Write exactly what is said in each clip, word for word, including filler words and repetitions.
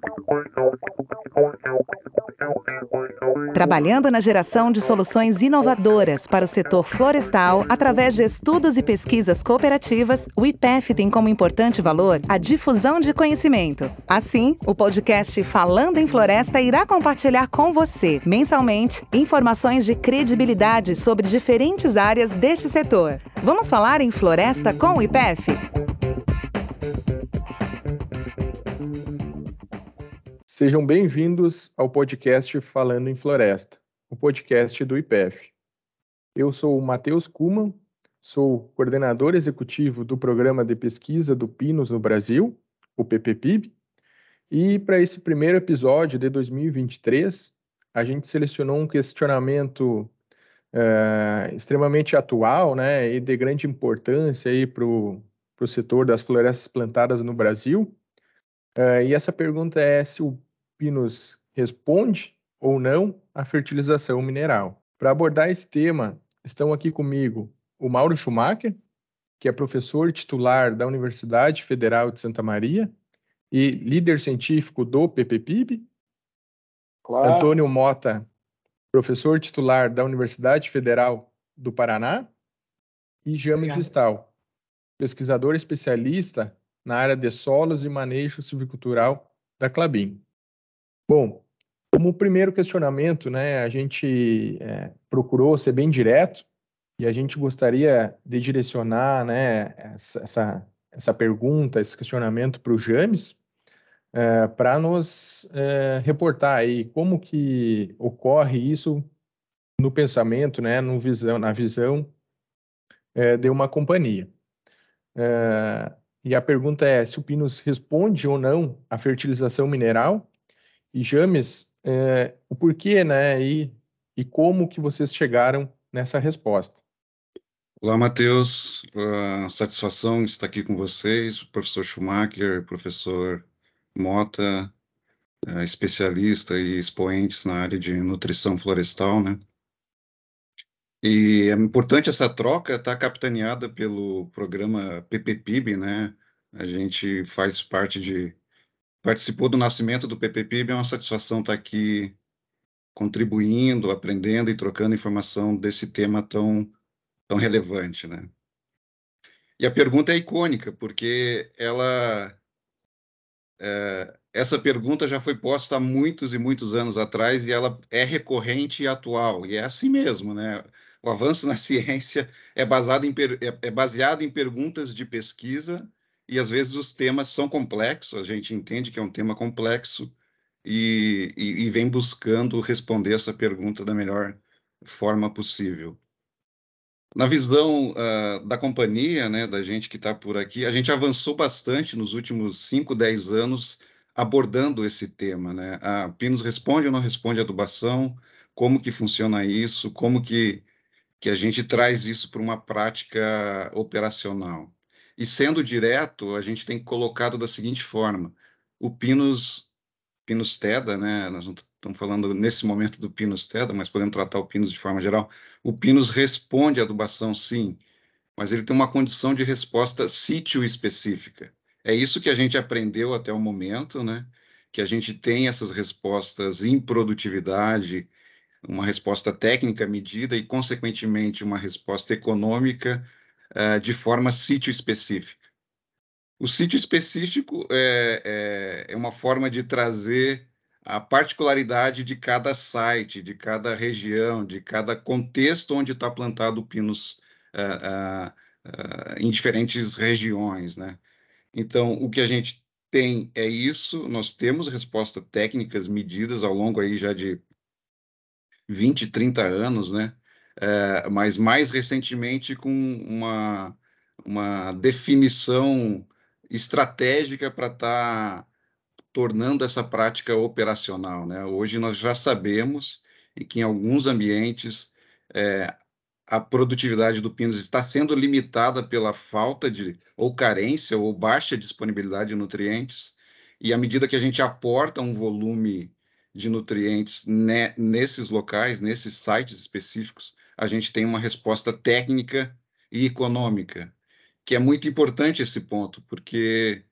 Trabalhando na geração de soluções inovadoras para o setor florestal, através de estudos e pesquisas cooperativas, o I P E F tem como importante valor a difusão de conhecimento. Assim, o podcast Falando em Floresta irá compartilhar com você, mensalmente, informações de credibilidade sobre diferentes áreas deste setor. Vamos falar em floresta com o I P E F? Sejam bem-vindos ao podcast Falando em Floresta, o podcast do I P E F. Eu sou o Matheus Kuman, sou coordenador executivo do Programa de Pesquisa do Pinus no Brasil, o P P P I B, e para esse primeiro episódio de dois mil e vinte e três, a gente selecionou um questionamento uh, extremamente atual, né, e de grande importância para o setor das florestas plantadas no Brasil. Uh, e essa pergunta é se o pinus responde ou não à fertilização mineral. Para abordar esse tema, estão aqui comigo o Mauro Schumacher, que é professor titular da Universidade Federal de Santa Maria e líder científico do P P P I B. Claro. Antônio Mota, professor titular da Universidade Federal do Paraná. E James Obrigado. Stahl, pesquisador especialista na área de solos e manejo silvicultural da Klabin. Bom, como primeiro questionamento, né, a gente é, procurou ser bem direto e a gente gostaria de direcionar, né, essa, essa, essa pergunta, esse questionamento para o James, é, para nos é, reportar aí como que ocorre isso no pensamento, né, no visão, na visão é, de uma companhia. É, e a pergunta é se o pinus responde ou não à fertilização mineral. E James, é, o porquê, né, e, e como que vocês chegaram nessa resposta? Olá, Matheus, uh, satisfação estar aqui com vocês, professor Schumacher, professor Mota, uh, especialista e expoentes na área de nutrição florestal, né? E é importante essa troca, está capitaneada pelo programa P P P I B, né? A gente faz parte de participou do nascimento do P P P I B, é uma satisfação estar aqui contribuindo, aprendendo e trocando informação desse tema tão, tão relevante, né? E a pergunta é icônica, porque ela, é, essa pergunta já foi posta há muitos e muitos anos atrás e ela é recorrente e atual, e é assim mesmo, né? O avanço na ciência é baseado em, é baseado em perguntas de pesquisa e, às vezes, os temas são complexos, a gente entende que é um tema complexo, E, e, e vem buscando responder essa pergunta da melhor forma possível. Na visão uh, da companhia, né, da gente que está por aqui, a gente avançou bastante nos últimos cinco, dez anos abordando esse tema, né? A Pinus responde ou não responde à adubação, como que funciona isso, como que, que a gente traz isso para uma prática operacional. E sendo direto, a gente tem colocado da seguinte forma: o Pinus Pinus Teda, né? Nós não estamos falando nesse momento do Pinus Teda, mas podemos tratar o Pinus de forma geral. O Pinus responde à adubação, sim, mas ele tem uma condição de resposta sítio específica. É isso que a gente aprendeu até o momento, né? Que a gente tem essas respostas em produtividade, uma resposta técnica medida e, consequentemente, uma resposta econômica uh, de forma sítio específica. O sítio específico é, é, é uma forma de trazer a particularidade de cada site, de cada região, de cada contexto onde está plantado o pinus uh, uh, uh, em diferentes regiões, né? Então, o que a gente tem é isso, nós temos respostas técnicas medidas ao longo aí já de vinte, trinta anos, né? Uh, mas mais recentemente com uma, uma definição estratégica para estar tá tornando essa prática operacional, né? Hoje nós já sabemos e que em alguns ambientes é, a produtividade do pinus está sendo limitada pela falta de ou carência ou baixa disponibilidade de nutrientes, e à medida que a gente aporta um volume de nutrientes ne, nesses locais, nesses sites específicos, a gente tem uma resposta técnica e econômica, que é muito importante esse ponto, porque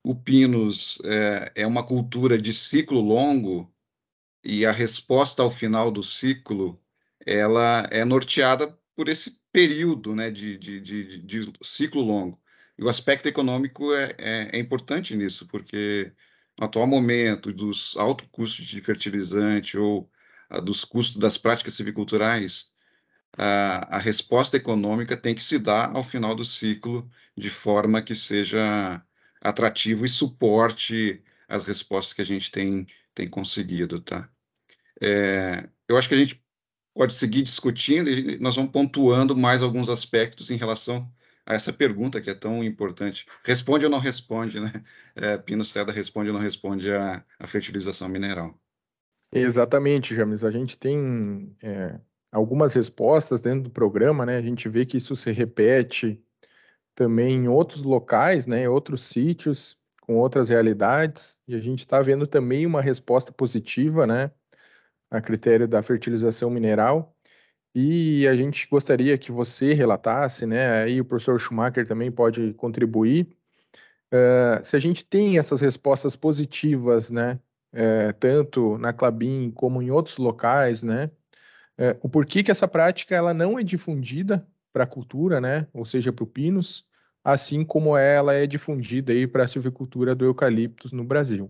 o Pinos é, é uma cultura de ciclo longo e a resposta ao final do ciclo ela é norteada por esse período, né, de, de, de, de ciclo longo. E o aspecto econômico é, é, é importante nisso, porque no atual momento dos altos custos de fertilizante ou ah, dos custos das práticas silviculturais, a, a resposta econômica tem que se dar ao final do ciclo de forma que seja atrativo e suporte as respostas que a gente tem, tem conseguido, tá? É, eu acho que a gente pode seguir discutindo e nós vamos pontuando mais alguns aspectos em relação a essa pergunta que é tão importante. Responde ou não responde, né? É, Pino Ceda responde ou não responde a, a fertilização mineral. Exatamente, James. A gente tem é, algumas respostas dentro do programa, né? A gente vê que isso se repete também em outros locais, né? Em outros sítios, com outras realidades. E a gente está vendo também uma resposta positiva, né? A critério da fertilização mineral. E a gente gostaria que você relatasse, né? Aí o professor Schumacher também pode contribuir. Uh, se a gente tem essas respostas positivas, né? Uh, tanto na Klabin como em outros locais, né? Uh, o porquê que essa prática ela não é difundida para a cultura, né? Ou seja, para o pinus, assim como ela é difundida aí para a silvicultura do eucaliptus no Brasil.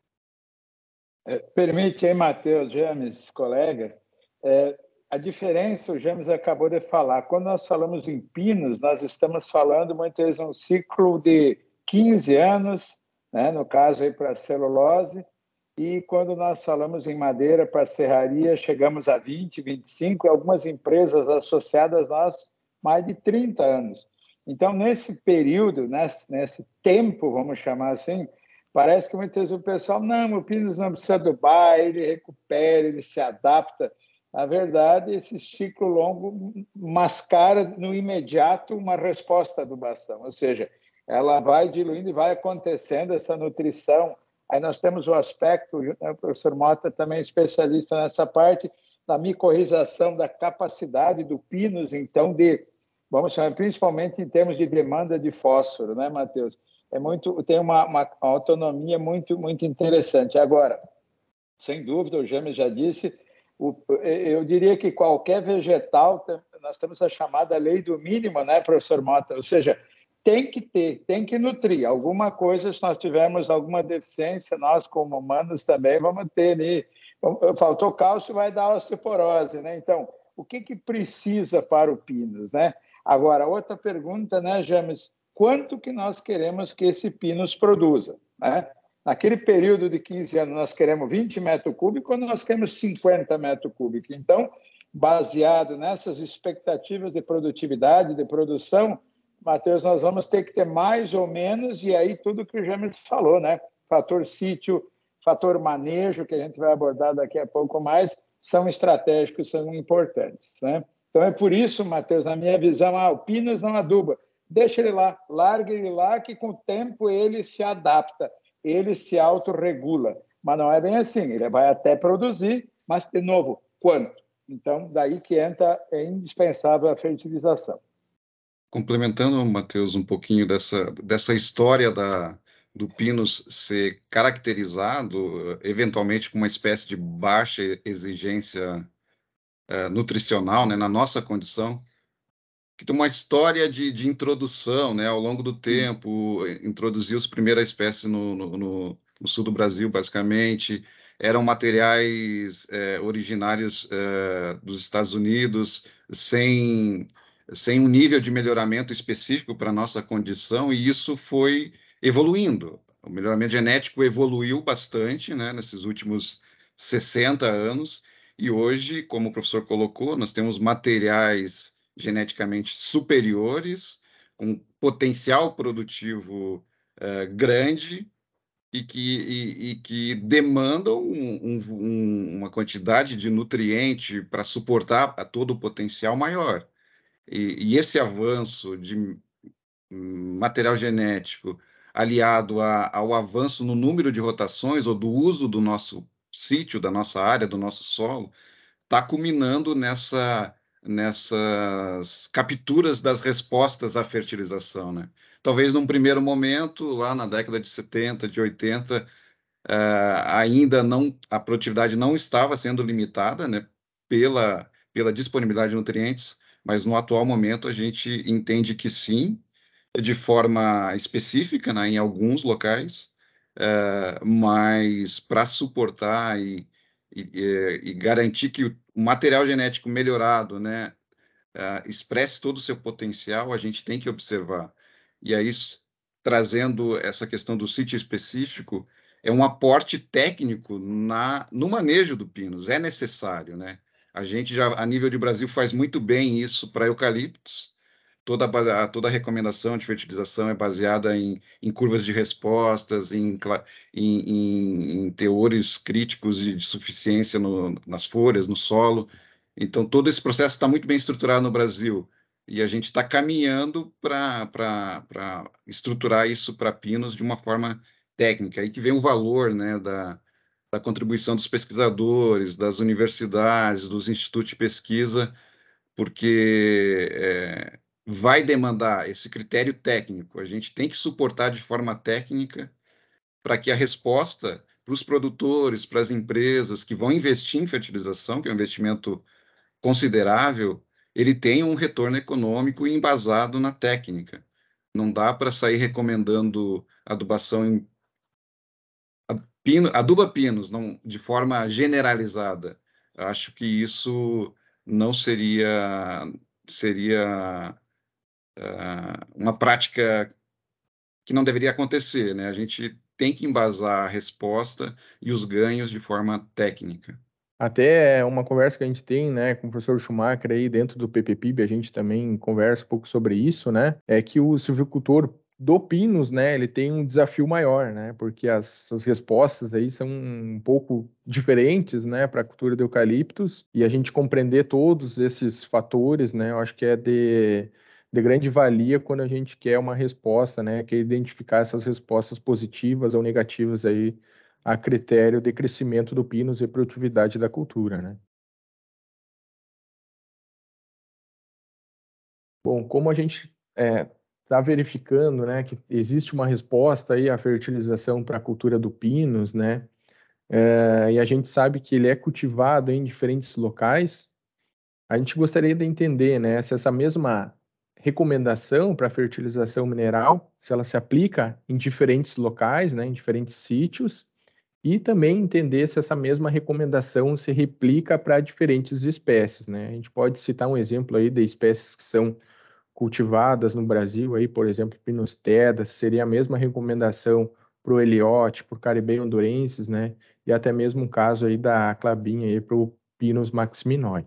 É, permite aí, Matheus, James, colegas, é, a diferença, o James acabou de falar, quando nós falamos em pinos, nós estamos falando muitas vezes um ciclo de quinze anos, né, no caso aí para celulose, e quando nós falamos em madeira para serraria, chegamos a vinte, vinte e cinco, e algumas empresas associadas a nós, mais de trinta anos. Então, nesse período, nesse, nesse tempo, vamos chamar assim, parece que muitas vezes o pessoal, não, o Pinos não precisa adubar, ele recupera, ele se adapta. Na verdade, esse ciclo longo mascara no imediato uma resposta à adubação, ou seja, ela vai diluindo e vai acontecendo essa nutrição. Aí nós temos o aspecto, né, o professor Mota também é especialista nessa parte, da micorrização da capacidade do Pinos, então, de, vamos chamar, principalmente em termos de demanda de fósforo, né, Matheus? É muito, tem uma, uma autonomia muito, muito interessante. Agora, sem dúvida, o James já disse, o, eu diria que qualquer vegetal, nós temos a chamada lei do mínimo, né, professor Mota? Ou seja, tem que ter, tem que nutrir. Alguma coisa, se nós tivermos alguma deficiência, nós como humanos também vamos ter ali. Faltou cálcio, vai dar osteoporose, né? Então, o que, que precisa para o Pinus, né? Agora, outra pergunta, né, James? Quanto que nós queremos que esse Pinus produza, né? Naquele período de quinze anos, nós queremos vinte metros cúbicos, quando nós queremos cinquenta metros cúbicos. Então, baseado nessas expectativas de produtividade, de produção, Matheus, nós vamos ter que ter mais ou menos, e aí tudo que o James falou, né? Fator sítio, fator manejo, que a gente vai abordar daqui a pouco mais, são estratégicos, são importantes, né? Então, é por isso, Matheus, na minha visão, ah, o Pinus não aduba. Deixa ele lá, larga ele lá, que com o tempo ele se adapta, ele se autorregula. Mas não é bem assim, ele vai até produzir, mas, de novo, quanto? Então, daí que entra, é indispensável a fertilização. Complementando, Matheus, um pouquinho dessa, dessa história da, do Pinus ser caracterizado, eventualmente, com uma espécie de baixa exigência uh, nutricional, né, na nossa condição, que tem uma história de, de introdução, né, ao longo do tempo, introduziu as primeiras espécies no, no, no, no sul do Brasil, basicamente, eram materiais eh, originários eh, dos Estados Unidos, sem, sem um nível de melhoramento específico para a nossa condição, e isso foi evoluindo. O melhoramento genético evoluiu bastante, né, nesses últimos sessenta anos, e hoje, como o professor colocou, nós temos materiais geneticamente superiores, com potencial produtivo uh, grande e que, e, e que demandam um, um, uma quantidade de nutriente para suportar a todo o potencial maior. E, e esse avanço de material genético aliado a, ao avanço no número de rotações ou do uso do nosso sítio, da nossa área, do nosso solo, está culminando nessa nessas capturas das respostas à fertilização, né? Talvez num primeiro momento, lá na década de setenta, de oitenta, uh, ainda não, a produtividade não estava sendo limitada, né, pela, pela disponibilidade de nutrientes, mas no atual momento a gente entende que sim, de forma específica, né, em alguns locais, uh, mas para suportar e, e, e garantir que o material genético melhorado, né, uh, expresse todo o seu potencial, a gente tem que observar. E aí, trazendo essa questão do sítio específico, é um aporte técnico na, no manejo do pinus, é necessário, né? A gente já, a nível de Brasil, faz muito bem isso para eucaliptos. Toda a, toda a recomendação de fertilização é baseada em, em curvas de respostas, em, em, em, em teores críticos de, de suficiência no, nas folhas, no solo. Então, todo esse processo está muito bem estruturado no Brasil e a gente está caminhando para estruturar isso para pinos de uma forma técnica. Aí que vem o valor, né, da, da contribuição dos pesquisadores, das universidades, dos institutos de pesquisa, porque é, vai demandar esse critério técnico. A gente tem que suportar de forma técnica para que a resposta para os produtores, para as empresas que vão investir em fertilização, que é um investimento considerável, ele tenha um retorno econômico embasado na técnica. Não dá para sair recomendando adubação em pino, aduba pinos não, de forma generalizada. Acho que isso não seria seria uh, uma prática que não deveria acontecer, né? A gente tem que embasar a resposta e os ganhos de forma técnica. Até uma conversa que a gente tem, né, com o professor Schumacher aí dentro do P P P I B, a gente também conversa um pouco sobre isso, né? É que o silvicultor do Pinus, né, ele tem um desafio maior, né? Porque as, as respostas aí são um pouco diferentes, né, para a cultura de eucaliptos, e a gente compreender todos esses fatores, né, eu acho que é de, de grande valia quando a gente quer uma resposta, né, que é identificar essas respostas positivas ou negativas aí a critério de crescimento do pinus e produtividade da cultura, né? Bom, como a gente está é, verificando, né, que existe uma resposta aí à fertilização para a cultura do pinus, né, é, e a gente sabe que ele é cultivado em diferentes locais, a gente gostaria de entender, né, se essa mesma recomendação para fertilização mineral, se ela se aplica em diferentes locais, né, em diferentes sítios, e também entender se essa mesma recomendação se replica para diferentes espécies, né? A gente pode citar um exemplo aí de espécies que são cultivadas no Brasil, aí, por exemplo, Pinus teda, seria a mesma recomendação para o Eliote, para o Caribeio hondurensis, né? E até mesmo um caso aí da clabinha aí para o Pinus maximinoi.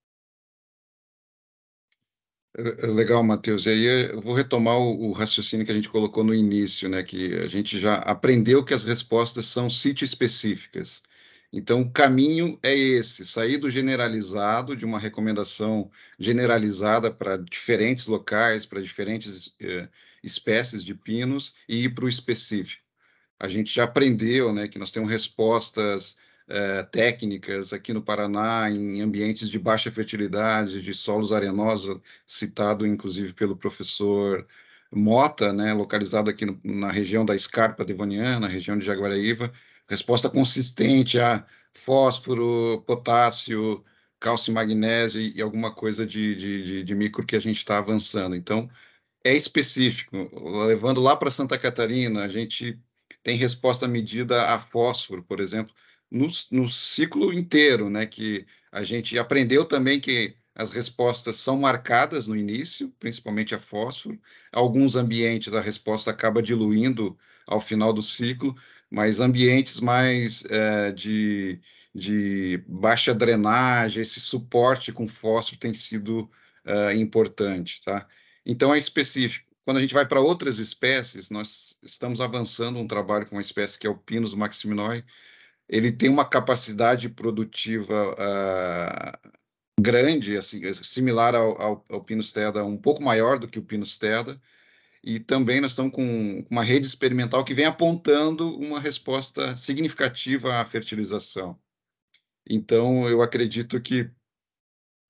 Legal, Matheus. E aí eu vou retomar o, o raciocínio que a gente colocou no início, né? Que a gente já aprendeu que as respostas são sítio-específicas. Então, o caminho é esse: sair do generalizado, de uma recomendação generalizada para diferentes locais, para diferentes eh, espécies de pinos, e ir para o específico. A gente já aprendeu, né, que nós temos respostas eh, técnicas aqui no Paraná, em ambientes de baixa fertilidade, de solos arenosos, citado inclusive pelo professor Mota, né, localizado aqui no, na região da Escarpa Devoniana, região de Jaguaraíva, resposta consistente a fósforo, potássio, cálcio e magnésio e alguma coisa de, de, de, de micro que a gente está avançando. Então, é específico. Levando lá para Santa Catarina, a gente tem resposta medida a fósforo, por exemplo, no, no ciclo inteiro, né? Que a gente aprendeu também que as respostas são marcadas no início, principalmente a fósforo. Alguns ambientes a resposta acaba diluindo ao final do ciclo, mas ambientes mais é, de, de baixa drenagem, esse suporte com fósforo tem sido é, importante, tá? Então, é específico. Quando a gente vai para outras espécies, nós estamos avançando um trabalho com uma espécie que é o Pinus maximinoi. Ele tem uma capacidade produtiva uh, grande, assim, similar ao, ao, ao Pinus teda, um pouco maior do que o Pinus teda, e também nós estamos com uma rede experimental que vem apontando uma resposta significativa à fertilização. Então, eu acredito que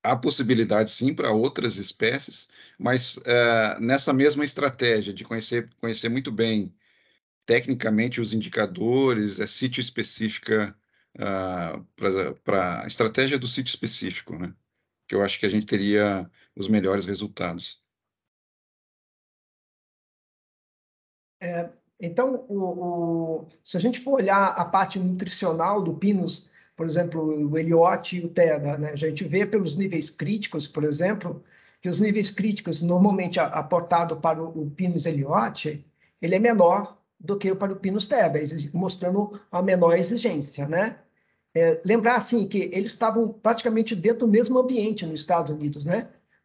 há possibilidade, sim, para outras espécies, mas uh, nessa mesma estratégia de conhecer, conhecer muito bem, tecnicamente, os indicadores, a sítio específica, uh, para a estratégia do sítio específico, né? Que eu acho que a gente teria os melhores resultados. É, então, o, o, se a gente for olhar a parte nutricional do Pinus, por exemplo, o Elliott e o Teda, né, a gente vê pelos níveis críticos, por exemplo, que os níveis críticos, normalmente aportado para o, o Pinus Elliott, ele é menor do que para o Pinus Teda, mostrando a menor exigência, né? É, lembrar, assim, que eles estavam praticamente dentro do mesmo ambiente nos Estados Unidos, né?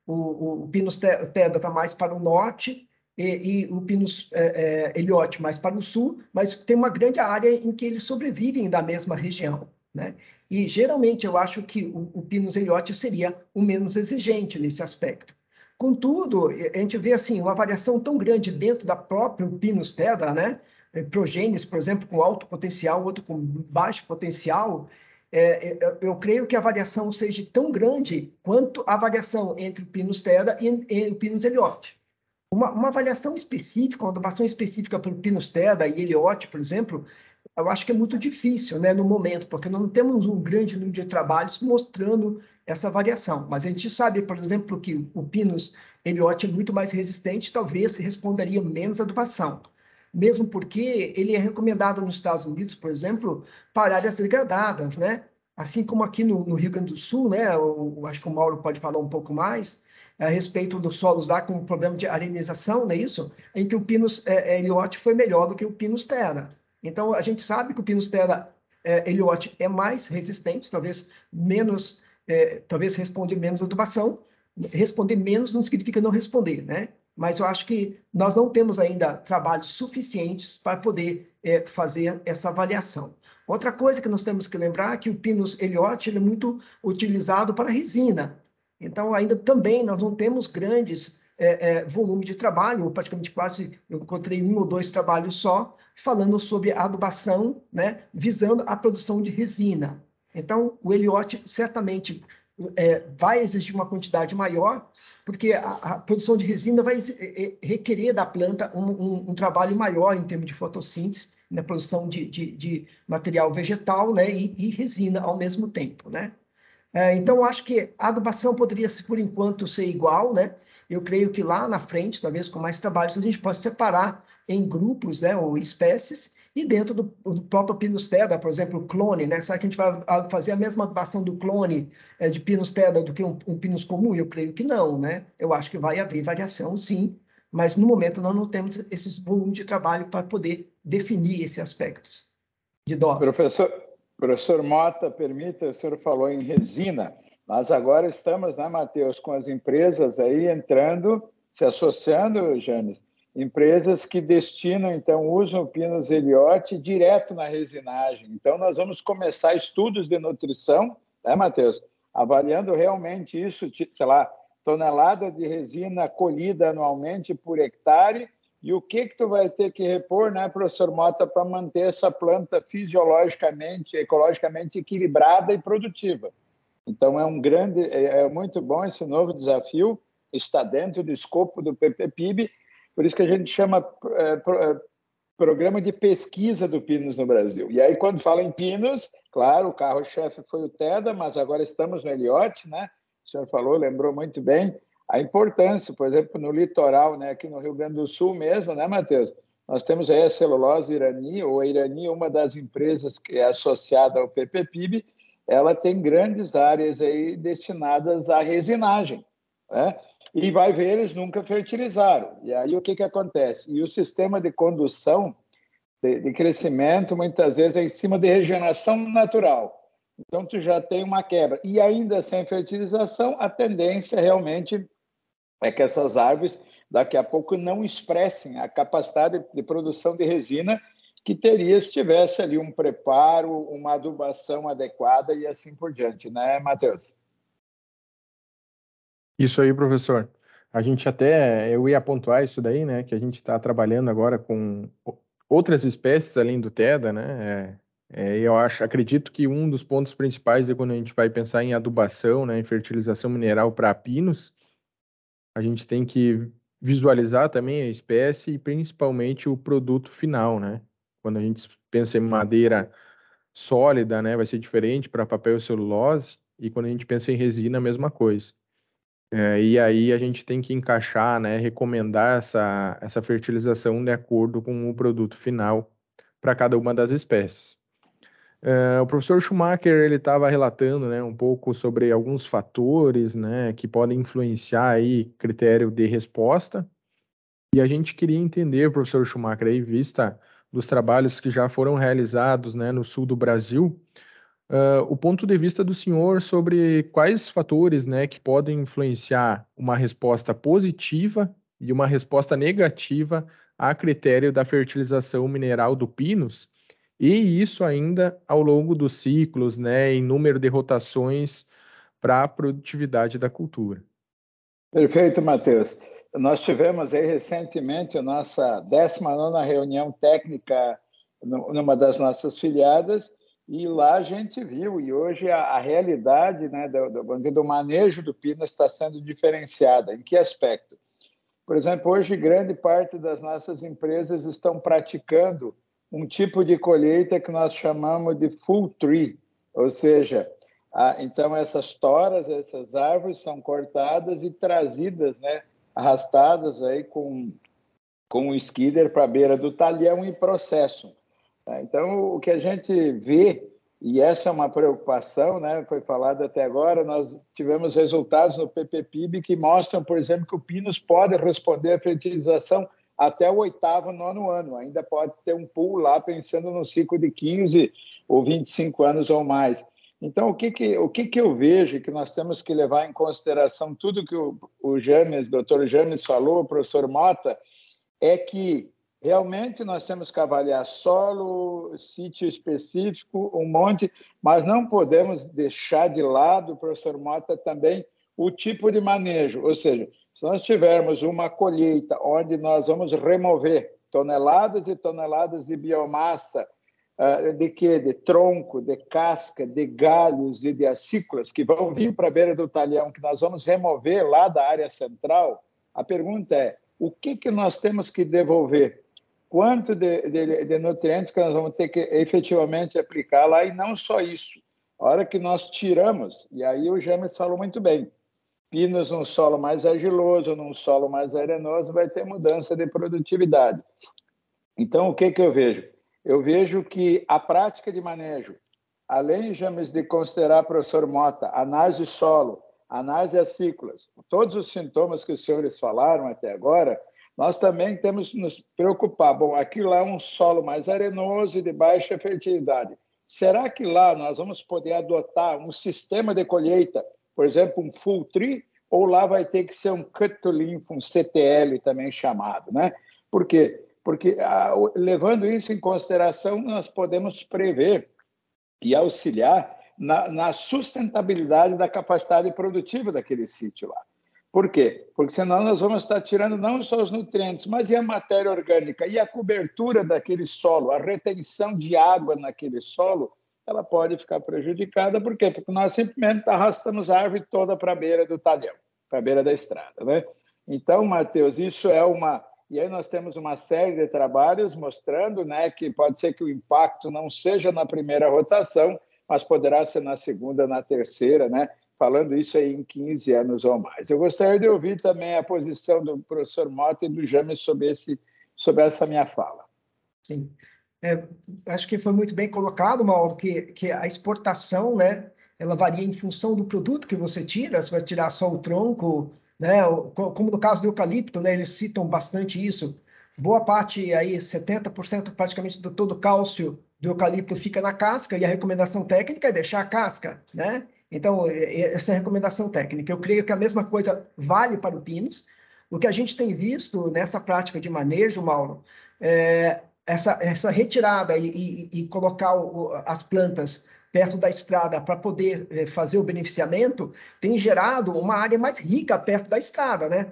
O, o Pinus Teda está mais para o norte, e, e o Pinus é, é, Elliott mais para o sul, mas tem uma grande área em que eles sobrevivem da mesma região, né? E geralmente eu acho que o, o Pinus Elliott seria o menos exigente nesse aspecto. Contudo, a gente vê assim uma variação tão grande dentro da própria Pinus Teda, né? Progênios, por exemplo, com alto potencial, outro com baixo potencial. É, eu, eu creio que a variação seja tão grande quanto a variação entre o Pinus Teda e, e o Pinus Elliott. Uma, uma avaliação específica, uma avaliação específica para o Pinus Teda e Elliott, por exemplo, eu acho que é muito difícil, né, no momento, porque não temos um grande número de trabalhos mostrando essa variação. Mas a gente sabe, por exemplo, que o Pinus Elliott é muito mais resistente, talvez responderia menos adubação. Mesmo porque ele é recomendado nos Estados Unidos, por exemplo, para áreas degradadas, né? Assim como aqui no, no Rio Grande do Sul, né? Eu, eu acho que o Mauro pode falar um pouco mais a respeito dos solos lá com problema de arenização, não é isso? Em que o Pinus é, Elliott foi melhor do que o Pinus Terra. Então, a gente sabe que o Pinus Terra é, Elliott é mais resistente, talvez menos, é, talvez responde menos adubação. Responder menos não significa não responder, né? Mas eu acho que nós não temos ainda trabalhos suficientes para poder é, fazer essa avaliação. Outra coisa que nós temos que lembrar é que o Pinus Elliott ele é muito utilizado para resina. Então, ainda também nós não temos grandes é, é, volumes de trabalho, praticamente quase, eu encontrei um ou dois trabalhos só, falando sobre a adubação, né, visando a produção de resina. Então, o Elliott certamente é, vai exigir uma quantidade maior, porque a, a produção de resina vai requerer da planta um, um, um trabalho maior em termos de fotossíntese, na produção de, de, de material vegetal, né, e, e resina ao mesmo tempo, né? É, então, eu acho que a adubação poderia, por enquanto, ser igual, né? Eu creio que lá na frente, talvez com mais trabalhos, a gente possa separar em grupos, né, ou espécies, e dentro do, do próprio Pinus Teda, por exemplo, o clone, né? Será que a gente vai fazer a mesma adubação do clone é, de Pinus Teda do que um, um Pinus comum? Eu creio que não, né? Eu acho que vai haver variação, sim, mas no momento nós não temos esses volumes de trabalho para poder definir esses aspectos de doses. Professor, professor Mota, permita, o senhor falou em resina, mas agora estamos, né, Matheus, com as empresas aí entrando, se associando, James, empresas que destinam, então, usam o Pinus Elliott direto na resinagem. Então, nós vamos começar estudos de nutrição, né, Matheus? Avaliando realmente isso, sei lá, tonelada de resina colhida anualmente por hectare, e o que que tu vai ter que repor, né, professor Mota, para manter essa planta fisiologicamente, ecologicamente equilibrada e produtiva. Então, é um grande, é, é muito bom esse novo desafio, está dentro do escopo do P P P I B, por isso que a gente chama é, é, Programa de Pesquisa do Pinus no Brasil. E aí, quando fala em Pinus, claro, o carro-chefe foi o Teda, mas agora estamos no Elliott, né? O senhor falou, lembrou muito bem a importância, por exemplo, no litoral, né, aqui no Rio Grande do Sul mesmo, né, Matheus? Nós temos aí a celulose Irani, ou a Irani, uma das empresas que é associada ao P P P I B, ela tem grandes áreas aí destinadas à resinagem, né? E vai ver, eles nunca fertilizaram. E aí o que, que acontece? E o sistema de condução, de, de crescimento, muitas vezes é em cima de regeneração natural. Então, tu já tem uma quebra. E ainda sem fertilização, a tendência realmente é que essas árvores, daqui a pouco, não expressem a capacidade de produção de resina que teria se tivesse ali um preparo, uma adubação adequada e assim por diante, né, Matheus? Isso aí, professor. A gente até, eu ia pontuar isso daí, né, que a gente está trabalhando agora com outras espécies além do Teda, né, É, eu acho, acredito que um dos pontos principais é quando a gente vai pensar em adubação, né, em fertilização mineral para pinos, a gente tem que visualizar também a espécie e principalmente o produto final, né? Quando a gente pensa em madeira sólida, né, vai ser diferente para papel e celulose, e quando a gente pensa em resina, a mesma coisa. É, e aí a gente tem que encaixar, né, recomendar essa, essa fertilização de acordo com o produto final para cada uma das espécies. É, o professor Schumacher ele estava relatando, né, um pouco sobre alguns fatores, né, que podem influenciar aí critério de resposta. E a gente queria entender, professor Schumacher, aí, vista dos trabalhos que já foram realizados, né, no sul do Brasil, uh, o ponto de vista do senhor sobre quais fatores, né, que podem influenciar uma resposta positiva e uma resposta negativa a critério da fertilização mineral do Pinus, e isso ainda ao longo dos ciclos, né, em número de rotações para a produtividade da cultura. Perfeito, Matheus. Nós tivemos aí recentemente a nossa décima nona reunião técnica numa das nossas filiadas, e lá a gente viu, e hoje a, a realidade, né, do, do, do manejo do Pinus está sendo diferenciada. Em que aspecto? Por exemplo, hoje grande parte das nossas empresas estão praticando um tipo de colheita que nós chamamos de full tree, ou seja, a, então essas toras, essas árvores são cortadas e trazidas, né, arrastadas aí com, com um skidder para a beira do talhão e processo. Então, o que a gente vê, e essa é uma preocupação, né, foi falado até agora, nós tivemos resultados no P P P I B que mostram, por exemplo, que o Pinus pode responder à fertilização até o oitavo, nono ano. Ainda pode ter um pulo lá pensando no ciclo de quinze ou vinte e cinco anos ou mais. Então, o que, que, o que, que eu vejo que nós temos que levar em consideração tudo que o, o James, doutor James falou, o professor Mota, é que realmente nós temos que avaliar solo, sítio específico, um monte, mas não podemos deixar de lado, professor Mota, também o tipo de manejo. Ou seja, se nós tivermos uma colheita onde nós vamos remover toneladas e toneladas de biomassa, de quê? De tronco, de casca, de galhos e de acículas que vão vir para a beira do talhão, que nós vamos remover lá da área central, a pergunta é, o que, que nós temos que devolver? Quanto de, de, de nutrientes que nós vamos ter que efetivamente aplicar lá, e não só isso. A hora que nós tiramos, e aí o James falou muito bem, Pinus num solo mais argiloso, num solo mais arenoso, vai ter mudança de produtividade. Então, o que, que eu vejo? Eu vejo que a prática de manejo, além, James, de considerar, professor Mota, análise de solo, análise acículas, todos os sintomas que os senhores falaram até agora, nós também temos que nos preocupar. Bom, aqui lá é um solo mais arenoso e de baixa fertilidade. Será que lá nós vamos poder adotar um sistema de colheita, por exemplo, um full tree, ou lá vai ter que ser um cut to lymph, um C T L também chamado, né? Por quê? Porque, levando isso em consideração, nós podemos prever e auxiliar na, na sustentabilidade da capacidade produtiva daquele sítio lá. Por quê? Porque senão nós vamos estar tirando não só os nutrientes, mas e a matéria orgânica, e a cobertura daquele solo, a retenção de água naquele solo, ela pode ficar prejudicada. Por quê? Porque nós simplesmente arrastamos a árvore toda para a beira do talhão, para a beira da estrada, né? Então, Matheus, isso é uma... E aí nós temos uma série de trabalhos mostrando, né, que pode ser que o impacto não seja na primeira rotação, mas poderá ser na segunda, na terceira, né? Falando isso aí em quinze anos ou mais. Eu gostaria de ouvir também a posição do professor Mota e do James sobre, esse, sobre essa minha fala. Sim. É, acho que foi muito bem colocado, Mauro, que, que a exportação, né, ela varia em função do produto que você tira, se vai tirar só o tronco, né, como no caso do eucalipto, né, eles citam bastante isso. Boa parte, aí, setenta por cento praticamente do todo o cálcio do eucalipto fica na casca, e a recomendação técnica é deixar a casca, né? Então, essa é a recomendação técnica. Eu creio que a mesma coisa vale para o Pinus. O que a gente tem visto nessa prática de manejo, Mauro, é essa, essa retirada e, e, e colocar o, as plantas perto da estrada para poder é, fazer o beneficiamento, tem gerado uma área mais rica perto da estrada, né?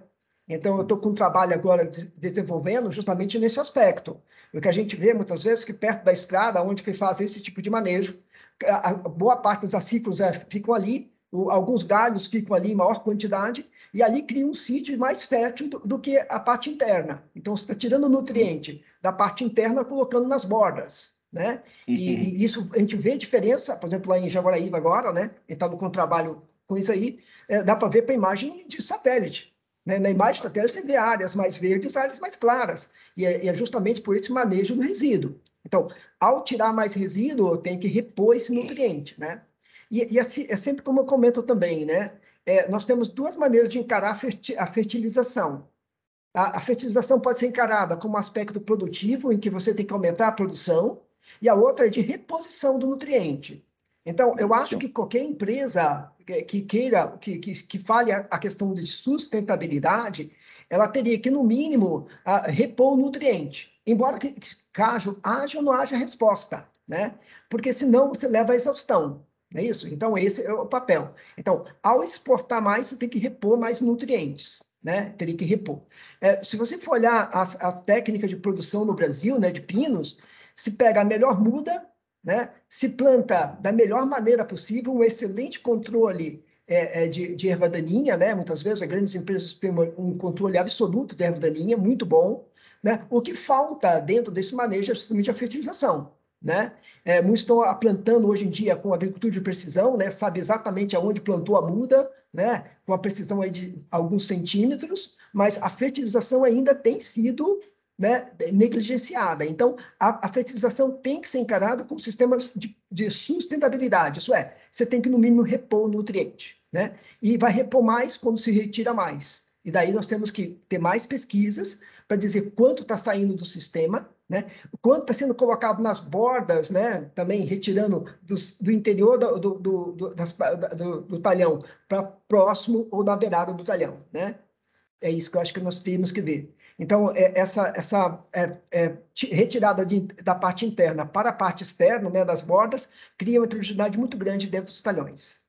Então, eu estou com um trabalho agora de, desenvolvendo justamente nesse aspecto. O que a gente vê muitas vezes que perto da estrada, onde que faz esse tipo de manejo, a, a boa parte dos acículos é, ficam ali, o, alguns galhos ficam ali em maior quantidade, e ali cria um sítio mais fértil do, do que a parte interna. Então, você está tirando o nutriente da parte interna, colocando nas bordas, né? Uhum. E, e isso, a gente vê diferença, por exemplo, lá em Jaguaraíva agora, né? Ele está com trabalho com isso aí, é, dá para ver para a imagem de satélite. Né? Na imagem satélite você vê áreas mais verdes, áreas mais claras, e é, e é justamente por esse manejo do resíduo. Então, ao tirar mais resíduo, eu tenho que repor esse nutriente, né? E, e assim, é sempre como eu comento também, né? É, nós temos duas maneiras de encarar a, ferti a fertilização. A, a fertilização pode ser encarada como um aspecto produtivo, em que você tem que aumentar a produção, e a outra é de reposição do nutriente. Então, eu acho que qualquer empresa que queira, que, que, que fale a questão de sustentabilidade, ela teria que, no mínimo, a, repor o nutriente. Embora que, que caso haja ou não haja resposta, né? Porque senão você leva à exaustão, não é isso? Então, esse é o papel. Então, ao exportar mais, você tem que repor mais nutrientes, né? Teria que repor. É, se você for olhar as, as técnicas de produção no Brasil, né, de pinos, se pega a melhor muda, né? Se planta da melhor maneira possível, um excelente controle é, é, de, de erva daninha, né? Muitas vezes as grandes empresas têm um controle absoluto de erva daninha, muito bom, né? O que falta dentro desse manejo é justamente a fertilização, né? É, muitos estão plantando hoje em dia com agricultura de precisão, né? Sabe exatamente aonde plantou a muda, né? Com a precisão aí de alguns centímetros, mas a fertilização ainda tem sido, né, negligenciada. Então, a, a fertilização tem que ser encarada como sistema de, de sustentabilidade. Isso é, você tem que, no mínimo, repor o nutriente, né? E vai repor mais quando se retira mais. E daí nós temos que ter mais pesquisas para dizer quanto está saindo do sistema, né? Quanto está sendo colocado nas bordas, né? Também retirando do, do interior do, do, do, do, das, do, do talhão para próximo ou na beirada do talhão, né? É isso que eu acho que nós temos que ver. Então, é, essa, essa é, é, retirada de, da parte interna para a parte externa, né, das bordas, cria uma heterogeneidade muito grande dentro dos talhões.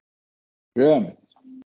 É,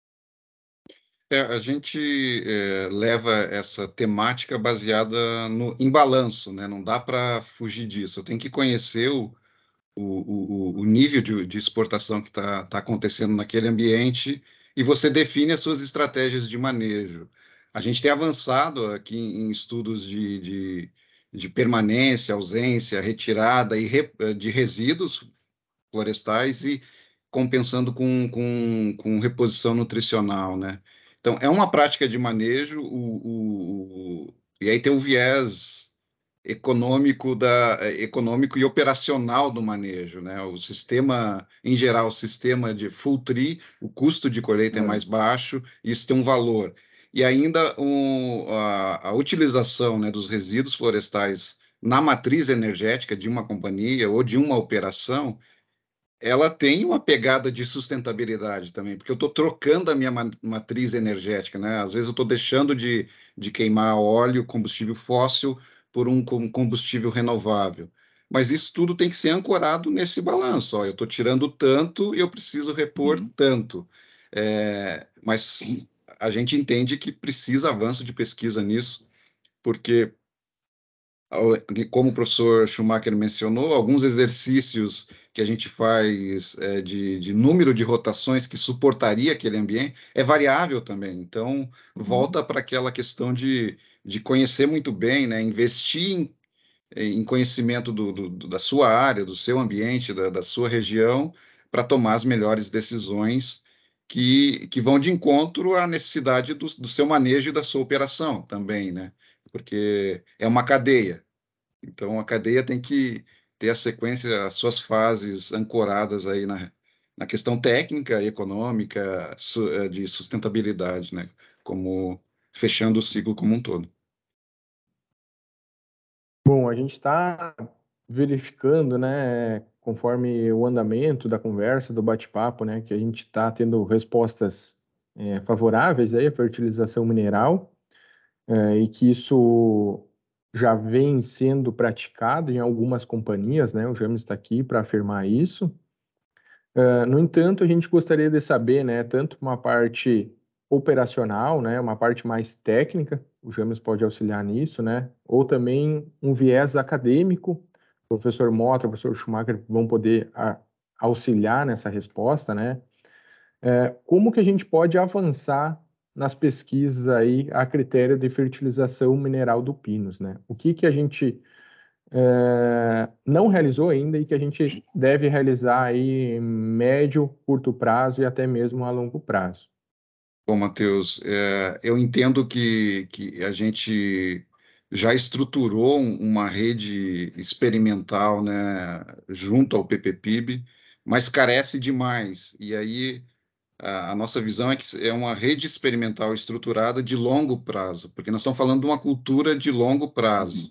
a gente é, leva essa temática baseada no, em balanço, né? Não dá para fugir disso. Eu tenho que conhecer o, o, o, o nível de, de exportação que está tá acontecendo naquele ambiente e você define as suas estratégias de manejo. A gente tem avançado aqui em estudos de, de, de permanência, ausência, retirada e re, de resíduos florestais e compensando com, com, com reposição nutricional, né? Então, é uma prática de manejo, o, o, o, e aí tem o viés econômico, da, econômico e operacional do manejo, né? O sistema, em geral, o sistema de full tree, o custo de colheita é, é mais baixo, isso tem um valor. E ainda um, a, a utilização, né, dos resíduos florestais na matriz energética de uma companhia ou de uma operação, ela tem uma pegada de sustentabilidade também, porque eu estou trocando a minha matriz energética, né? Às vezes eu estou deixando de, de queimar óleo, combustível fóssil, por um combustível renovável. Mas isso tudo tem que ser ancorado nesse balanço. Ó, eu estou tirando tanto e eu preciso repor uhum. tanto. É, mas a gente entende que precisa avanço de pesquisa nisso, porque, como o professor Schumacher mencionou, alguns exercícios que a gente faz é, de, de número de rotações que suportaria aquele ambiente é variável também. Então, volta uhum. para aquela questão de, de conhecer muito bem, né? Investir em, em conhecimento do, do, da sua área, do seu ambiente, da, da sua região, para tomar as melhores decisões que, que vão de encontro à necessidade do, do seu manejo e da sua operação também, né? Porque é uma cadeia. Então, a cadeia tem que ter a sequência, as suas fases ancoradas aí na, na questão técnica e econômica su, de sustentabilidade, né? Como fechando o ciclo como um todo. Bom, a gente está verificando, né, conforme o andamento da conversa, do bate-papo, né, que a gente está tendo respostas é, favoráveis aí à fertilização mineral, é, e que isso já vem sendo praticado em algumas companhias, né? O James está aqui para afirmar isso. Uh, no entanto, a gente gostaria de saber, né, tanto uma parte operacional, né, uma parte mais técnica, o James pode auxiliar nisso, né, ou também um viés acadêmico, o professor Mota, o professor Schumacher vão poder a, auxiliar nessa resposta, né, é, como que a gente pode avançar nas pesquisas aí a critério de fertilização mineral do Pinus, né, o que que a gente é, não realizou ainda e que a gente deve realizar aí em médio, curto prazo e até mesmo a longo prazo. Bom, Matheus, é, eu entendo que, que a gente já estruturou um- uma rede experimental, né, junto ao P P P I B, mas carece de mais. E aí a, a nossa visão é que é uma rede experimental estruturada de longo prazo, porque nós estamos falando de uma cultura de longo prazo.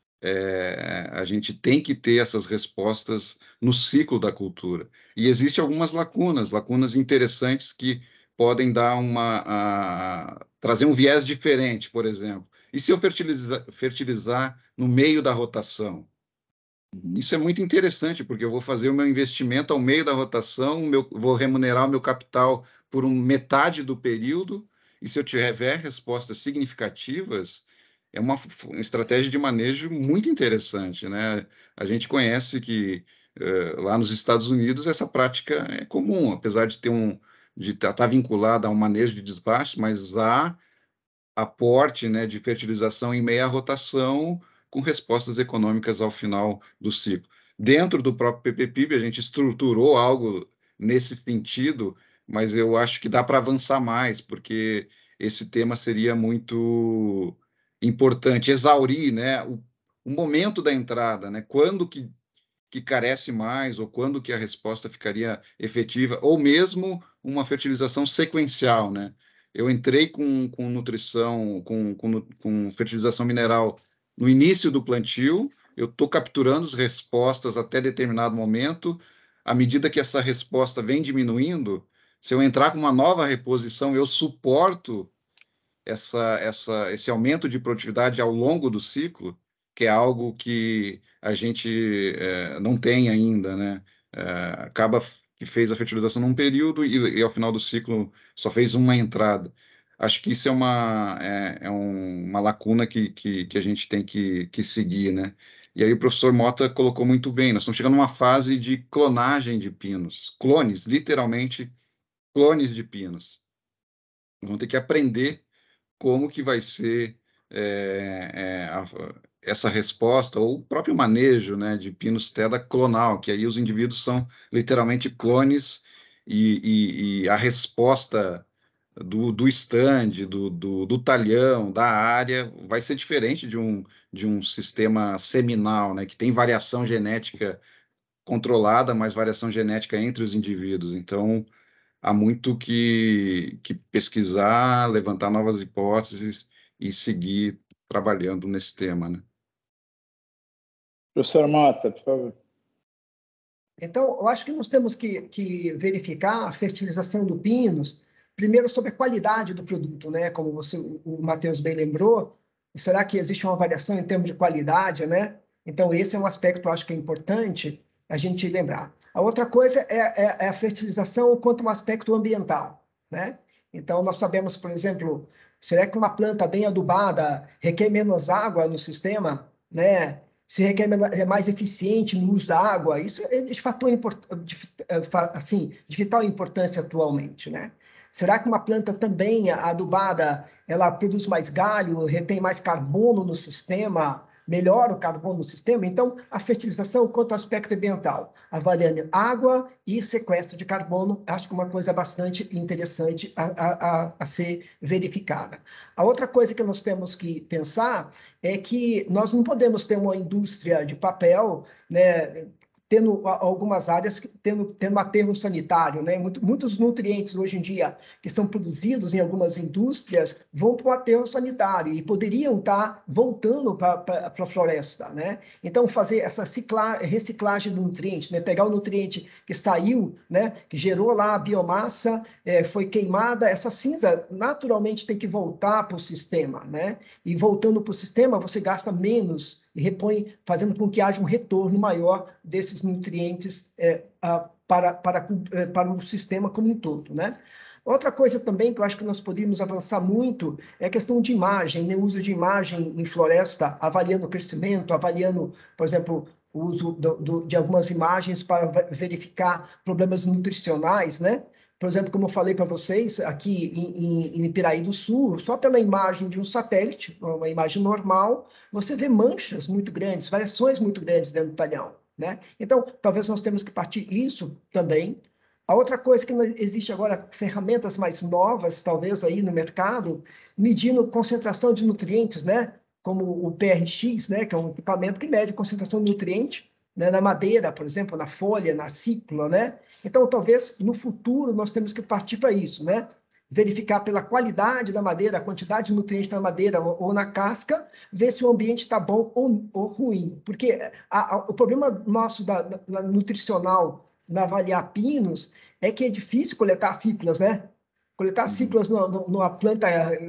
É, a gente tem que ter essas respostas no ciclo da cultura. E existem algumas lacunas, lacunas interessantes que podem dar uma, a- trazer um viés diferente, por exemplo. E se eu fertilizar, fertilizar no meio da rotação? Isso é muito interessante, porque eu vou fazer o meu investimento ao meio da rotação, o meu, vou remunerar o meu capital por um, metade do período, e se eu tiver respostas significativas, é uma, f- uma estratégia de manejo muito interessante, né? A gente conhece que eh, lá nos Estados Unidos essa prática é comum, apesar de ter um, de estar vinculada a um manejo de desbaste, mas há aporte, né, de fertilização em meia rotação com respostas econômicas ao final do ciclo. Dentro do próprio P P P I B, a gente estruturou algo nesse sentido, mas eu acho que dá para avançar mais, porque esse tema seria muito importante, exaurir, né, o, o momento da entrada, né, quando que, que carece mais, ou quando que a resposta ficaria efetiva, ou mesmo uma fertilização sequencial, né? Eu entrei com, com nutrição, com, com, com fertilização mineral no início do plantio, eu estou capturando as respostas até determinado momento. À medida que essa resposta vem diminuindo, se eu entrar com uma nova reposição, eu suporto essa, essa, esse aumento de produtividade ao longo do ciclo, que é algo que a gente é, não tem ainda, né? É, acaba que fez a fertilização num período e, e ao final do ciclo só fez uma entrada. Acho que isso é uma, é, é um- uma lacuna que, que, que a gente tem que, que seguir, né? E aí o professor Mota colocou muito bem, nós estamos chegando numa fase de clonagem de pinos, clones, literalmente clones de pinos. Vamos ter que aprender como que vai ser é, é, a- essa resposta, ou o próprio manejo, né, de Pinus teda clonal, que aí os indivíduos são literalmente clones e, e- e a resposta do, do stand, do, do, do talhão, da área, vai ser diferente de um, de um sistema seminal, né, que tem variação genética controlada, mas variação genética entre os indivíduos. Então, há muito que, que pesquisar, levantar novas hipóteses e seguir trabalhando nesse tema, né? Professor Mota, por favor. Então, eu acho que nós temos que, que verificar a fertilização do Pinus, primeiro sobre a qualidade do produto, né? Como você, o Matheus bem lembrou, será que existe uma variação em termos de qualidade, né? Então, esse é um aspecto, eu acho que é importante a gente lembrar. A outra coisa é, é, é a fertilização quanto ao aspecto ambiental, né? Então, nós sabemos, por exemplo, será que uma planta bem adubada requer menos água no sistema, né? Se requer é mais eficiente no uso da água, isso é de fator import, de, assim, de vital importância atualmente, né? Será que uma planta também adubada, ela produz mais galho, retém mais carbono no sistema, melhora o carbono no sistema? Então, a fertilização quanto ao aspecto ambiental, avaliando água e sequestro de carbono, acho que é uma coisa bastante interessante a, a, a ser verificada. A outra coisa que nós temos que pensar é que nós não podemos ter uma indústria de papel, né, tendo algumas áreas tendo, tendo aterro sanitário, né? Muito, muitos nutrientes hoje em dia que são produzidos em algumas indústrias vão para o aterro sanitário e poderiam estar voltando para a floresta, né? Então, fazer essa cicla, reciclagem do nutriente, né? Pegar o nutriente que saiu, né? Que gerou lá a biomassa, é, foi queimada, essa cinza naturalmente tem que voltar para o sistema, né? E voltando para o sistema, você gasta menos e repõe, fazendo com que haja um retorno maior desses nutrientes é, a, para, para, para o sistema como um todo, né? Outra coisa também que eu acho que nós poderíamos avançar muito é a questão de imagem, né? O uso de imagem em floresta, avaliando o crescimento, avaliando, por exemplo, o uso do, do, de algumas imagens para verificar problemas nutricionais, né? Por exemplo, como eu falei para vocês, aqui em, em, em Piraí do Sul, só pela imagem de um satélite, uma imagem normal, você vê manchas muito grandes, variações muito grandes dentro do talhão, né? Então, talvez nós temos que partir isso também. A outra coisa que existe agora, ferramentas mais novas, talvez aí no mercado, medindo concentração de nutrientes, né? Como o P R X, né? Que é um equipamento que mede concentração de nutriente, né? Na madeira, por exemplo, na folha, na cícula, né? Então, talvez no futuro nós temos que partir para isso, né? Verificar pela qualidade da madeira, a quantidade de nutrientes na madeira ou, ou na casca, ver se o ambiente está bom ou, ou ruim. Porque a, a, o problema nosso da, da nutricional na avaliar pinos é que é difícil coletar ciclas, né? Coletar Uhum. ciclas numa, numa planta,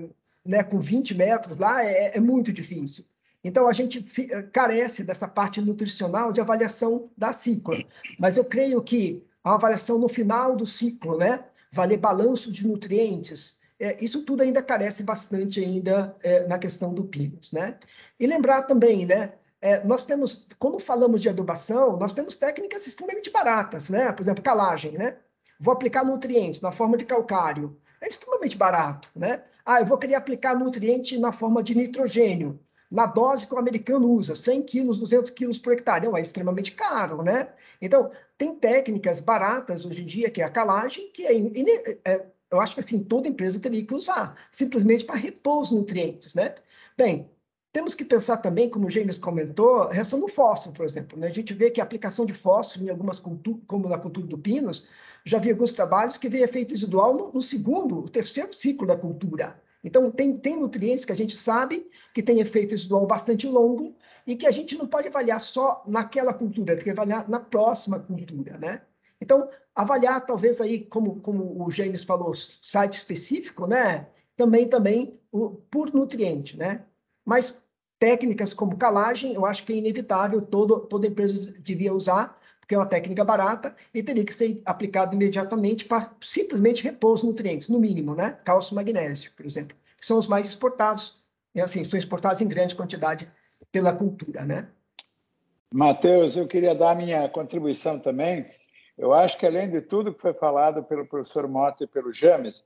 né, com vinte metros lá é, é muito difícil. Então, a gente carece dessa parte nutricional de avaliação da cicla. Mas eu creio que a avaliação no final do ciclo, né? Valer balanço de nutrientes, é, isso tudo ainda carece bastante ainda é, na questão do Pinus, né? E lembrar também, né? É, nós temos, quando falamos de adubação, nós temos técnicas extremamente baratas, né? Por exemplo, calagem, né? Vou aplicar nutrientes na forma de calcário, é extremamente barato, né? Ah, eu vou querer aplicar nutriente na forma de nitrogênio, na dose que o americano usa, cem quilos, duzentos quilos por hectare, não, é extremamente caro, né? Então, tem técnicas baratas hoje em dia, que é a calagem, que é, é, eu acho que assim, toda empresa teria que usar, simplesmente para repor os nutrientes, né? Bem, temos que pensar também, como o James comentou, a reação do fósforo, por exemplo, né? A gente vê que a aplicação de fósforo em algumas culturas, como na cultura do Pinus, já vi alguns trabalhos que vê efeito residual no, no segundo, o terceiro ciclo da cultura. Então, tem, tem nutrientes que a gente sabe que tem efeito residual bastante longo e que a gente não pode avaliar só naquela cultura, tem que avaliar na próxima cultura, né? Então, avaliar talvez aí, como, como o James falou, site específico, né? Também, também o, por nutriente, né? Mas técnicas como calagem, eu acho que é inevitável, todo, toda empresa devia usar, porque é uma técnica barata e teria que ser aplicada imediatamente para simplesmente repor os nutrientes, no mínimo, né? Cálcio e magnésio, por exemplo, que são os mais exportados, e assim, são exportados em grande quantidade pela cultura, né? Matheus, eu queria dar minha contribuição também. Eu acho que, além de tudo que foi falado pelo professor Mota e pelo James,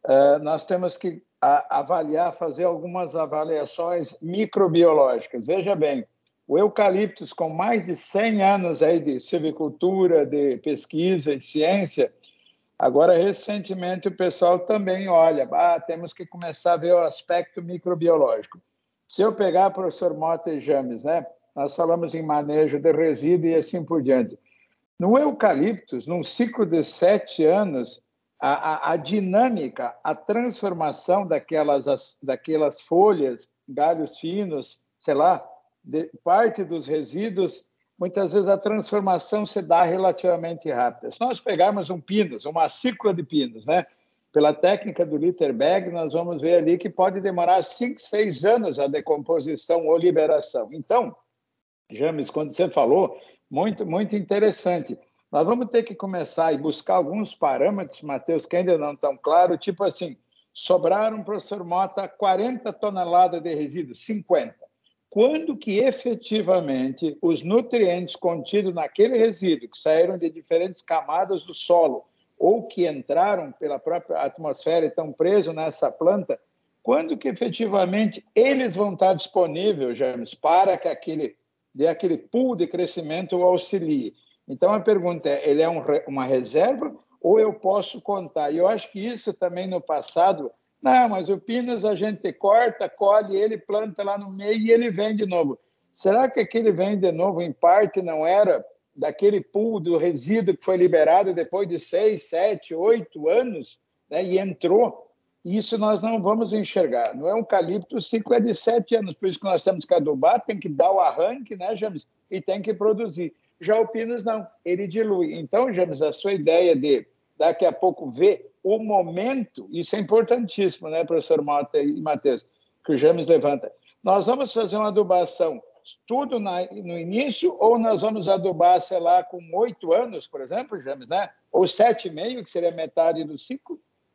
nós temos que avaliar, fazer algumas avaliações microbiológicas. Veja bem, o eucaliptus, com mais de cem anos aí de silvicultura, de pesquisa e ciência, agora, recentemente, o pessoal também olha, ah, temos que começar a ver o aspecto microbiológico. Se eu pegar, professor Mota e James, né, nós falamos em manejo de resíduo e assim por diante. No eucaliptus, num ciclo de sete anos, a, a, a dinâmica, a transformação daquelas, as, daquelas folhas, galhos finos, sei lá, de parte dos resíduos, muitas vezes a transformação se dá relativamente rápida. Se nós pegarmos um pinus, uma cicla de pinus, né? Pela técnica do litter bag, nós vamos ver ali que pode demorar cinco, seis anos a decomposição ou liberação. Então, James, quando você falou, muito, muito interessante. Nós vamos ter que começar e buscar alguns parâmetros, Matheus, que ainda não estão claros, tipo assim, sobraram, professor Mota, quarenta toneladas de resíduos, cinquenta. Quando que efetivamente os nutrientes contidos naquele resíduo, que saíram de diferentes camadas do solo, ou que entraram pela própria atmosfera e estão presos nessa planta, quando que efetivamente eles vão estar disponíveis, James, para que aquele, de aquele pool de crescimento o auxilie? Então, a pergunta é, ele é um, uma reserva ou eu posso contar? E eu acho que isso também no passado, não, mas o pinus a gente corta, colhe ele, planta lá no meio e ele vem de novo. Será que aquele vem de novo, em parte, não era daquele pool do resíduo que foi liberado depois de seis, sete, oito anos, né, e entrou? Isso nós não vamos enxergar. No eucalipto, o ciclo é de sete anos, por isso que nós temos que adubar, tem que dar o arranque, né, James? E tem que produzir. Já o pinus não, ele dilui. Então, James, a sua ideia de daqui a pouco ver o momento, isso é importantíssimo, né, professor Mota e Matheus, que o James levanta. Nós vamos fazer uma adubação tudo na, no início ou nós vamos adubar, sei lá, com oito anos, por exemplo, James, né? Ou sete e meio, que seria metade do ciclo?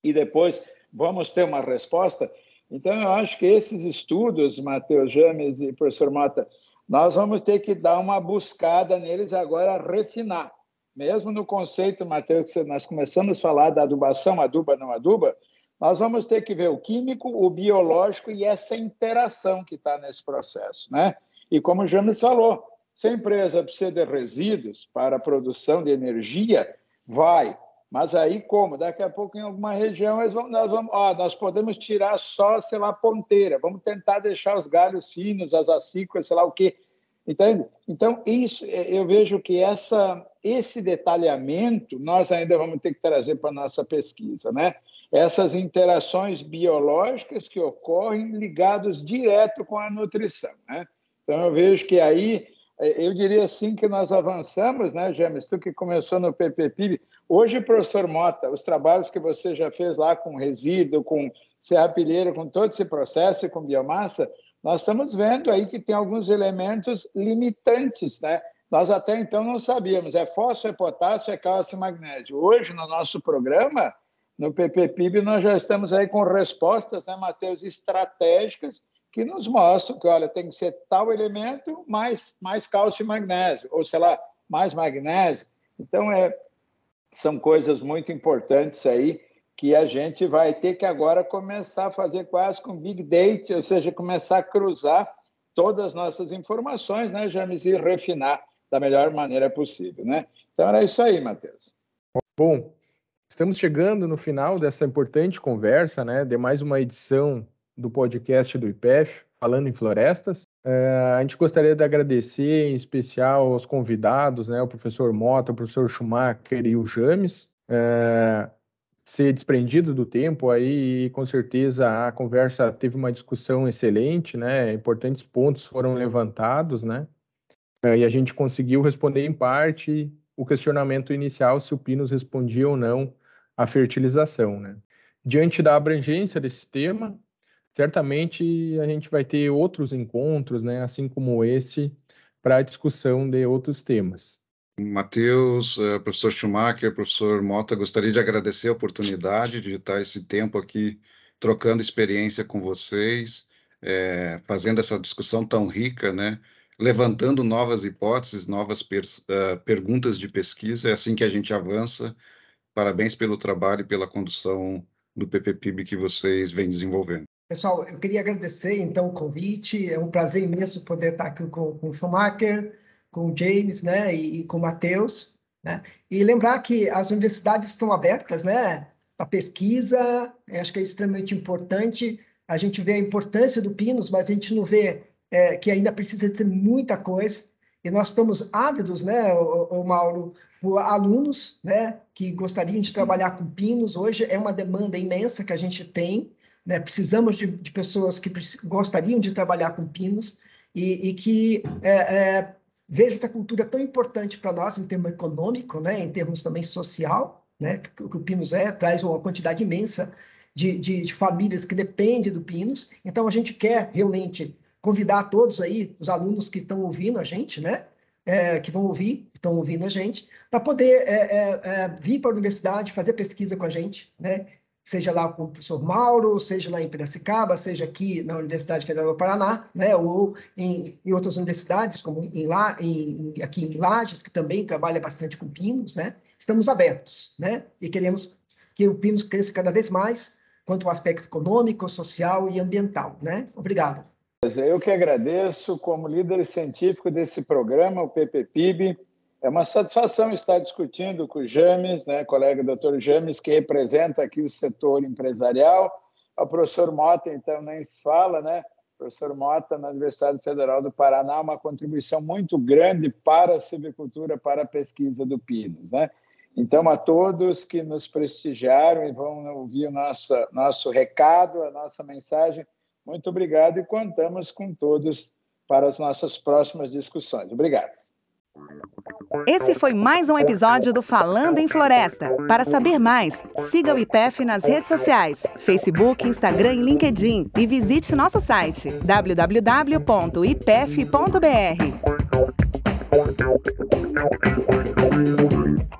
e depois vamos ter uma resposta. Então, eu acho que esses estudos, Matheus, James e professor Mota, nós vamos ter que dar uma buscada neles agora, refinar. Mesmo no conceito, Matheus, que nós começamos a falar da adubação, aduba, não aduba, nós vamos ter que ver o químico, o biológico e essa interação que está nesse processo, né? E como o James falou, se a empresa precisa de resíduos para a produção de energia, vai. Mas aí como? Daqui a pouco, em alguma região, nós, vamos, nós, vamos, ó, nós podemos tirar só, sei lá, ponteira. Vamos tentar deixar os galhos finos, as acículas, sei lá o quê. Entende? Então, isso, eu vejo que essa, esse detalhamento nós ainda vamos ter que trazer para a nossa pesquisa, né? Essas interações biológicas que ocorrem ligadas direto com a nutrição, né? Então, eu vejo que aí, eu diria assim que nós avançamos, né, James? Tu que começou no P P P I B, hoje, professor Mota, os trabalhos que você já fez lá com resíduo, com serrapilheira, com todo esse processo e com biomassa, nós estamos vendo aí que tem alguns elementos limitantes, né? Nós até então não sabíamos, é fósforo, é potássio, é cálcio e magnésio. Hoje, no nosso programa, no P P P I B, nós já estamos aí com respostas, né, Matheus, estratégicas, que nos mostram que, olha, tem que ser tal elemento mais, mais cálcio e magnésio, ou, sei lá, mais magnésio. Então, é, são coisas muito importantes aí que a gente vai ter que agora começar a fazer quase com Big Data, ou seja, começar a cruzar todas as nossas informações, né, James, e refinar da melhor maneira possível, né? Então, era isso aí, Matheus. Bom, estamos chegando no final dessa importante conversa, né, de mais uma edição do podcast do I P E F, Falando em Florestas. É, a gente gostaria de agradecer, em especial, aos convidados, né, o professor Mota, o professor Schumacher e o James, é, ser desprendido do tempo aí, e com certeza a conversa teve uma discussão excelente, né, importantes pontos foram levantados, né, e a gente conseguiu responder em parte o questionamento inicial se o Pinus respondia ou não à fertilização, né. Diante da abrangência desse tema, certamente a gente vai ter outros encontros, né, assim como esse, para a discussão de outros temas. Matheus, professor Schumacher, professor Mota, gostaria de agradecer a oportunidade de estar esse tempo aqui trocando experiência com vocês, é, fazendo essa discussão tão rica, né, levantando novas hipóteses, novas per, uh, perguntas de pesquisa. É assim que a gente avança. Parabéns pelo trabalho e pela condução do P P P I B que vocês vêm desenvolvendo. Pessoal, eu queria agradecer, então, o convite. É um prazer imenso poder estar aqui com, com o Schumacher, com o James, né, e, e com o Matheus, né? E lembrar que as universidades estão abertas, né, para pesquisa. Eu acho que é extremamente importante. A gente vê a importância do Pinus, mas a gente não vê é, que ainda precisa ter muita coisa. E nós estamos ávidos, né, o, o Mauro, por alunos, né, que gostariam de trabalhar com Pinus. Hoje é uma demanda imensa que a gente tem, né? Precisamos de, de pessoas que gostariam de trabalhar com Pinus e, e que é, é, veja essa cultura tão importante para nós em termos econômico, né, em termos também social, né, que, que o Pinus é, traz uma quantidade imensa de, de, de famílias que dependem do Pinus. Então, a gente quer realmente convidar todos aí, os alunos que estão ouvindo a gente, né, é, que vão ouvir, estão ouvindo a gente, para poder é, é, é, vir para a universidade, fazer pesquisa com a gente, né, seja lá com o professor Mauro, seja lá em Piracicaba, seja aqui na Universidade Federal do Paraná, né, ou em, em outras universidades, como em, em, aqui em Lages, que também trabalha bastante com Pinus, né, estamos abertos, né, e queremos que o Pinus cresça cada vez mais, quanto ao aspecto econômico, social e ambiental, né. Obrigado. Eu que agradeço, como líder científico desse programa, o P P P I B. É uma satisfação estar discutindo com o James, né, colega doutor James, que representa aqui o setor empresarial. O professor Mota, então, nem se fala, né? O professor Mota, na Universidade Federal do Paraná, uma contribuição muito grande para a silvicultura, para a pesquisa do Pinus, né? Então, a todos que nos prestigiaram e vão ouvir o nosso, nosso recado, a nossa mensagem, muito obrigado e contamos com todos para as nossas próximas discussões. Obrigado. Esse foi mais um episódio do Falando em Floresta. Para saber mais, siga o I P E F nas redes sociais, Facebook, Instagram e LinkedIn e visite nosso site w w w ponto i p e f ponto b r.